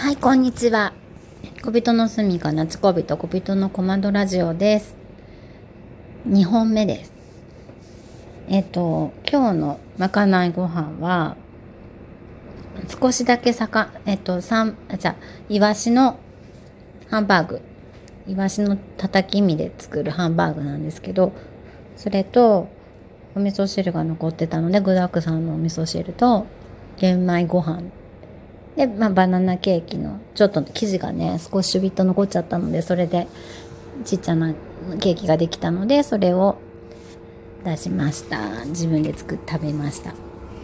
はい、こんにちは。小人の住みかなちこびと小人のコマンドラジオです。2本目です。今日のまかないご飯は、少しだけイワシのハンバーグ。イワシの叩き身で作るハンバーグなんですけど、それと、お味噌汁が残ってたので、具だくさんのお味噌汁と、玄米ご飯で、バナナケーキのちょっと生地がね少しシュビッと残っちゃったので、それでちっちゃなケーキができたので、それを出しました。自分で作って食べました。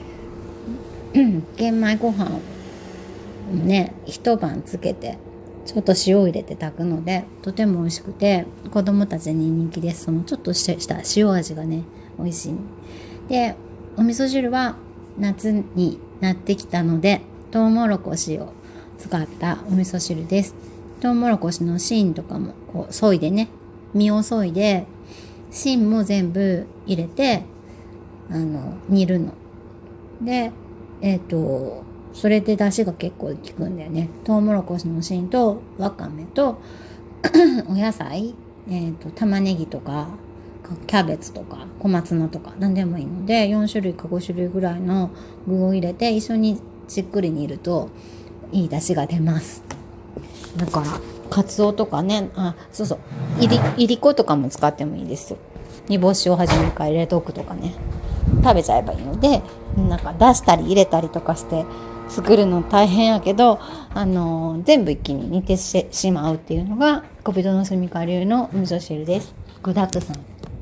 玄米ご飯をね一晩つけてちょっと塩を入れて炊くので、とても美味しくて子供たちに人気です。そのちょっとした塩味がね美味しい。で、お味噌汁は夏になってきたのでトウモロコシを使ったお味噌汁です。トウモロコシの芯とかもこう削いでね、実を削いで芯も全部入れて煮るので、それで出汁が結構効くんだよね。トウモロコシの芯とわかめとお野菜、玉ねぎとかキャベツとか小松菜とか何でもいいので、4種類か5種類ぐらいの具を入れて一緒にじっくり煮るといい出汁が出ます。だからカツオとかね、いりことかも使ってもいいですよ。煮干しを初めから入れておくとかね、食べちゃえばいいので、なんか出したり入れたりとかして作るの大変やけど、全部一気に煮てしまうっていうのが小人の住みか流のお味噌汁です。具だくさん、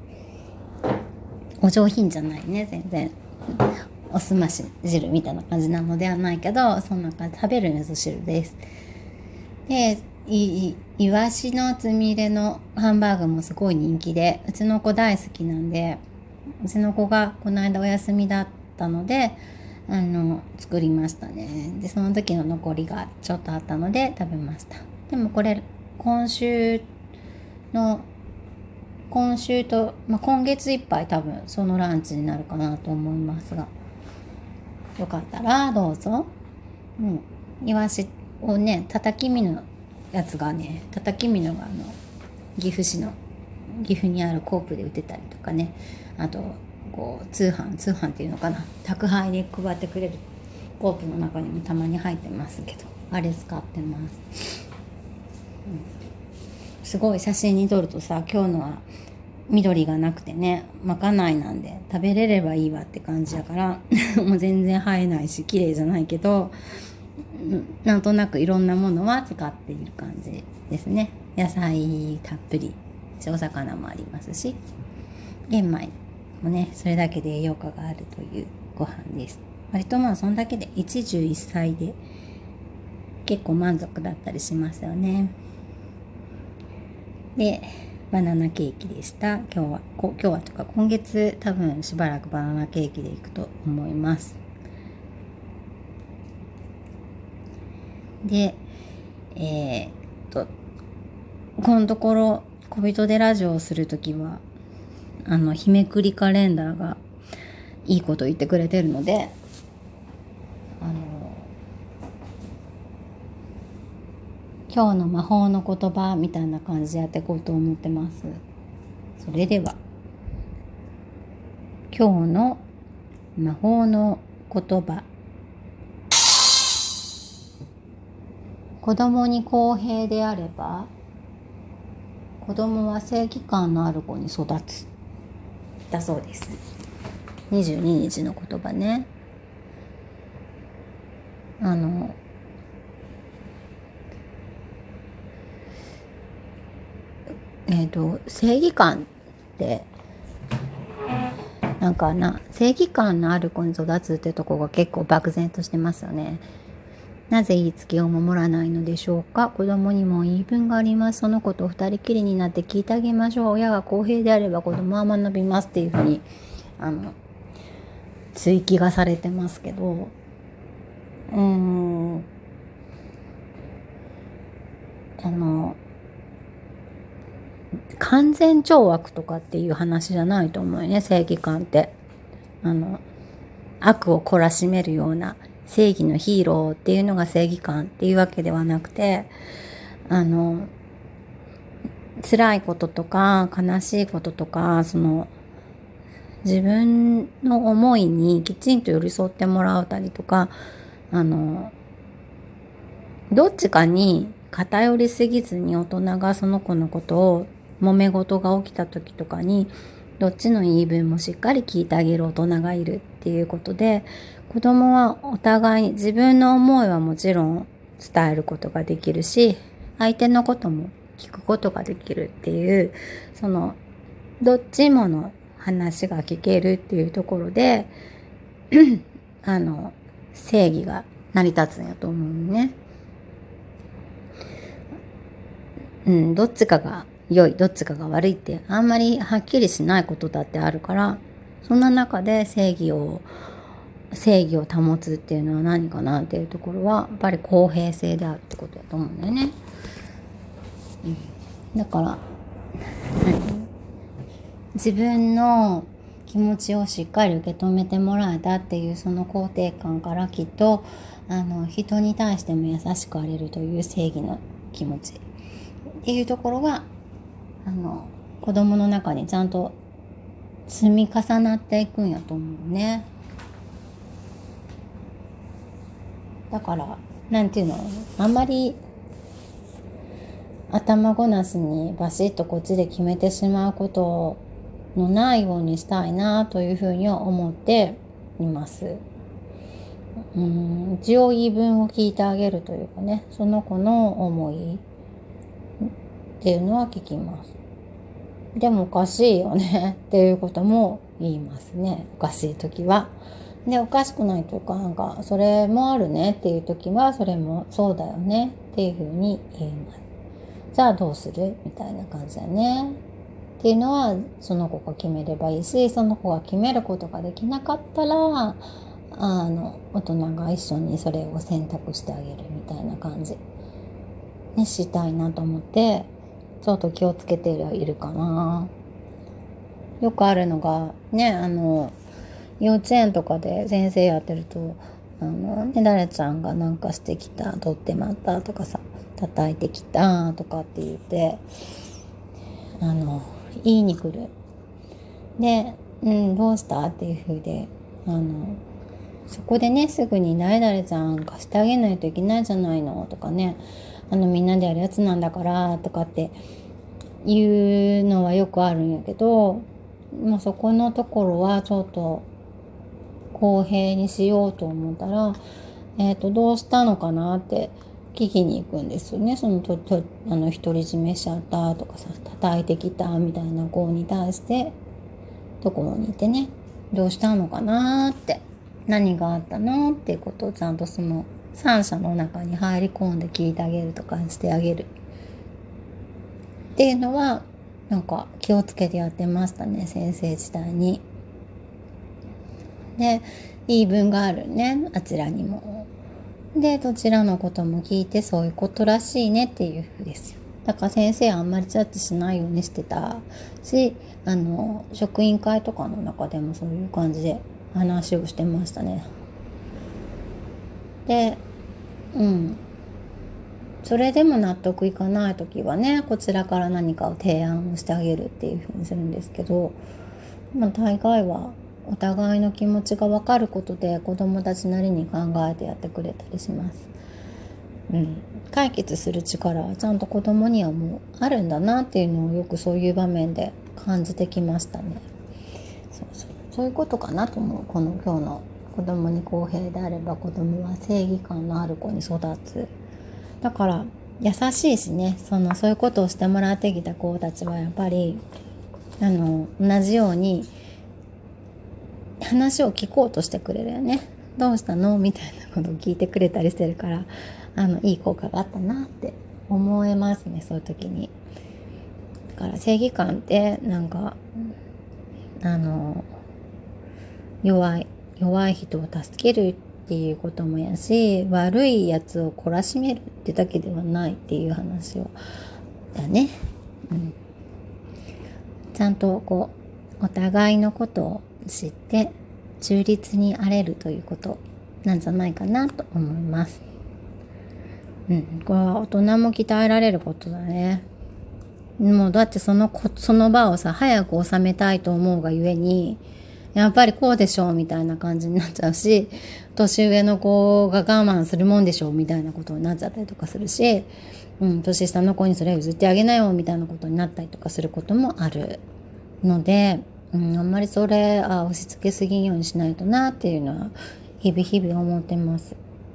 お上品じゃないね、全然おすまし汁みたいな感じなのではないけど、そんな感じで食べる味噌汁です。で、イワシのつみれのハンバーグもすごい人気で、うちの子大好きなんで、うちの子がこの間お休みだったので作りましたね。で、その時の残りがちょっとあったので食べました。でもこれ今週と、今月いっぱい多分そのランチになるかなと思いますが、よかったらどうぞ。イワシをね、叩き身のやつがね、叩き身のが岐阜にあるコープで売ってたりとかね、あとこう通販っていうのかな、宅配で配ってくれるコープの中にもたまに入ってますけど、あれ使ってます。すごい写真に撮るとさ、今日のは緑がなくてね、まかないなんで食べれればいいわって感じだからもう全然映えないし綺麗じゃないけど、なんとなくいろんなものは使っている感じですね。野菜たっぷり、お魚もありますし、玄米もね、それだけで栄養価があるというご飯です。割とそんだけで一汁一菜で結構満足だったりしますよね。で、バナナケーキでした。今日はとか今月多分しばらくバナナケーキでいくと思います。で、このところ小人でラジオをするときは日めくりカレンダーがいいこと言ってくれてるので、今日の魔法の言葉みたいな感じでやっていこうと思ってます。それでは今日の魔法の言葉。子供に公平であれば子供は正義感のある子に育つ、だそうです。22日の言葉ね。正義感って正義感のある子に育つってとこが結構漠然としてますよね。なぜ言いつけを守らないのでしょうか。子供にも言い分があります。その子と二人きりになって聞いてあげましょう。親が公平であれば子供は学びますっていうふうに追記がされてますけど、完全懲悪とかっていう話じゃないと思うよね、正義感って。悪を懲らしめるような正義のヒーローっていうのが正義感っていうわけではなくて、辛いこととか悲しいこととか、自分の思いにきちんと寄り添ってもらうたりとか、どっちかに偏りすぎずに、大人がその子のことを、揉め事が起きた時とかにどっちの言い分もしっかり聞いてあげる大人がいるっていうことで、子供はお互いに自分の思いはもちろん伝えることができるし、相手のことも聞くことができるっていう、どっちもの話が聞けるっていうところで正義が成り立つんやと思うね。どっちかが良い、どっちかが悪いってあんまりはっきりしないことだってあるから、そんな中で正義を保つっていうのは何かなっていうところは、やっぱり公平性であるってことだと思うんだよね。だから自分の気持ちをしっかり受け止めてもらえたっていうその肯定感から、きっと人に対しても優しくあれるという正義の気持ちっていうところが子供の中にちゃんと積み重なっていくんやと思うね。だからなんていうの、あんまり頭ごなしにバシッとこっちで決めてしまうことのないようにしたいなというふうには思っています。一応言い分を聞いてあげるというかね、その子の思いっていうのは聞きます。でもおかしいよねっていうことも言いますね。おかしい時は。で、おかしくないというか、それもあるねっていう時は、それもそうだよねっていうふうに言います。じゃあどうするみたいな感じだね。っていうのは、その子が決めればいいし、その子が決めることができなかったら、大人が一緒にそれを選択してあげるみたいな感じにしたいなと思って、ちょっと気をつけているかな。よくあるのがね、幼稚園とかで先生やってると、誰ちゃんがなんかしてきた、取ってまったとかさ、叩いてきたとかって言って、言いに来る。で、どうしたっていう風で、そこでね、すぐに誰々ちゃん貸してあげないといけないじゃないのとかね、みんなでやるやつなんだからとかっていうのはよくあるんやけど、そこのところはちょっと公平にしようと思ったら、どうしたのかなって聞きに行くんですよね。独り占めしちゃったとかさ、叩いてきたみたいな子に対してところにいてね、どうしたのかなって、何があったのっていうことをちゃんとその三者の中に入り込んで聞いてあげるとかしてあげるっていうのは気をつけてやってましたね、先生時代に。で、言い分があるね、あちらにも。で、どちらのことも聞いて、そういうことらしいねっていうふうですよ。だから先生あんまりジャッジしないようにしてたし、職員会とかの中でもそういう感じで話をしてましたね。で、それでも納得いかないときはね、こちらから何かを提案をしてあげるっていうふうにするんですけど、大概はお互いの気持ちが分かることで子供たちなりに考えてやってくれたりします。解決する力はちゃんと子供にはもうあるんだなっていうのをよくそういう場面で感じてきましたね。そういうことかなと思う。今日の子供に公平であれば子供は正義感のある子に育つ。だから優しいしね、そういうことをしてもらってきた子たちはやっぱり同じように話を聞こうとしてくれるよね。どうしたのみたいなことを聞いてくれたりしてるから、いい効果があったなって思えますね、そういう時に。だから正義感って弱い人を助けるっていうこともやし、悪いやつを懲らしめるってだけではないっていう話をだね。ちゃんとお互いのことを知って中立にあれるということなんじゃないかなと思います。これは大人も鍛えられることだね。もうだってその場をさ、早く収めたいと思うがゆえに、やっぱりこうでしょうみたいな感じになっちゃうし、年上の子が我慢するもんでしょうみたいなことになっちゃったりとかするし、年下の子にそれを譲ってあげなよみたいなことになったりとかすることもあるので、あんまりそれ押し付けすぎんようにしないとなっていうのは日々思ってます。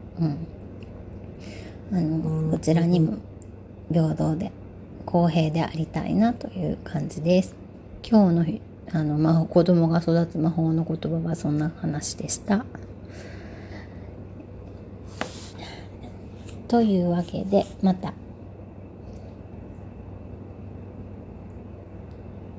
こちらにも平等で公平でありたいなという感じです。今日の子供が育つ魔法の言葉はそんな話でした。というわけでまた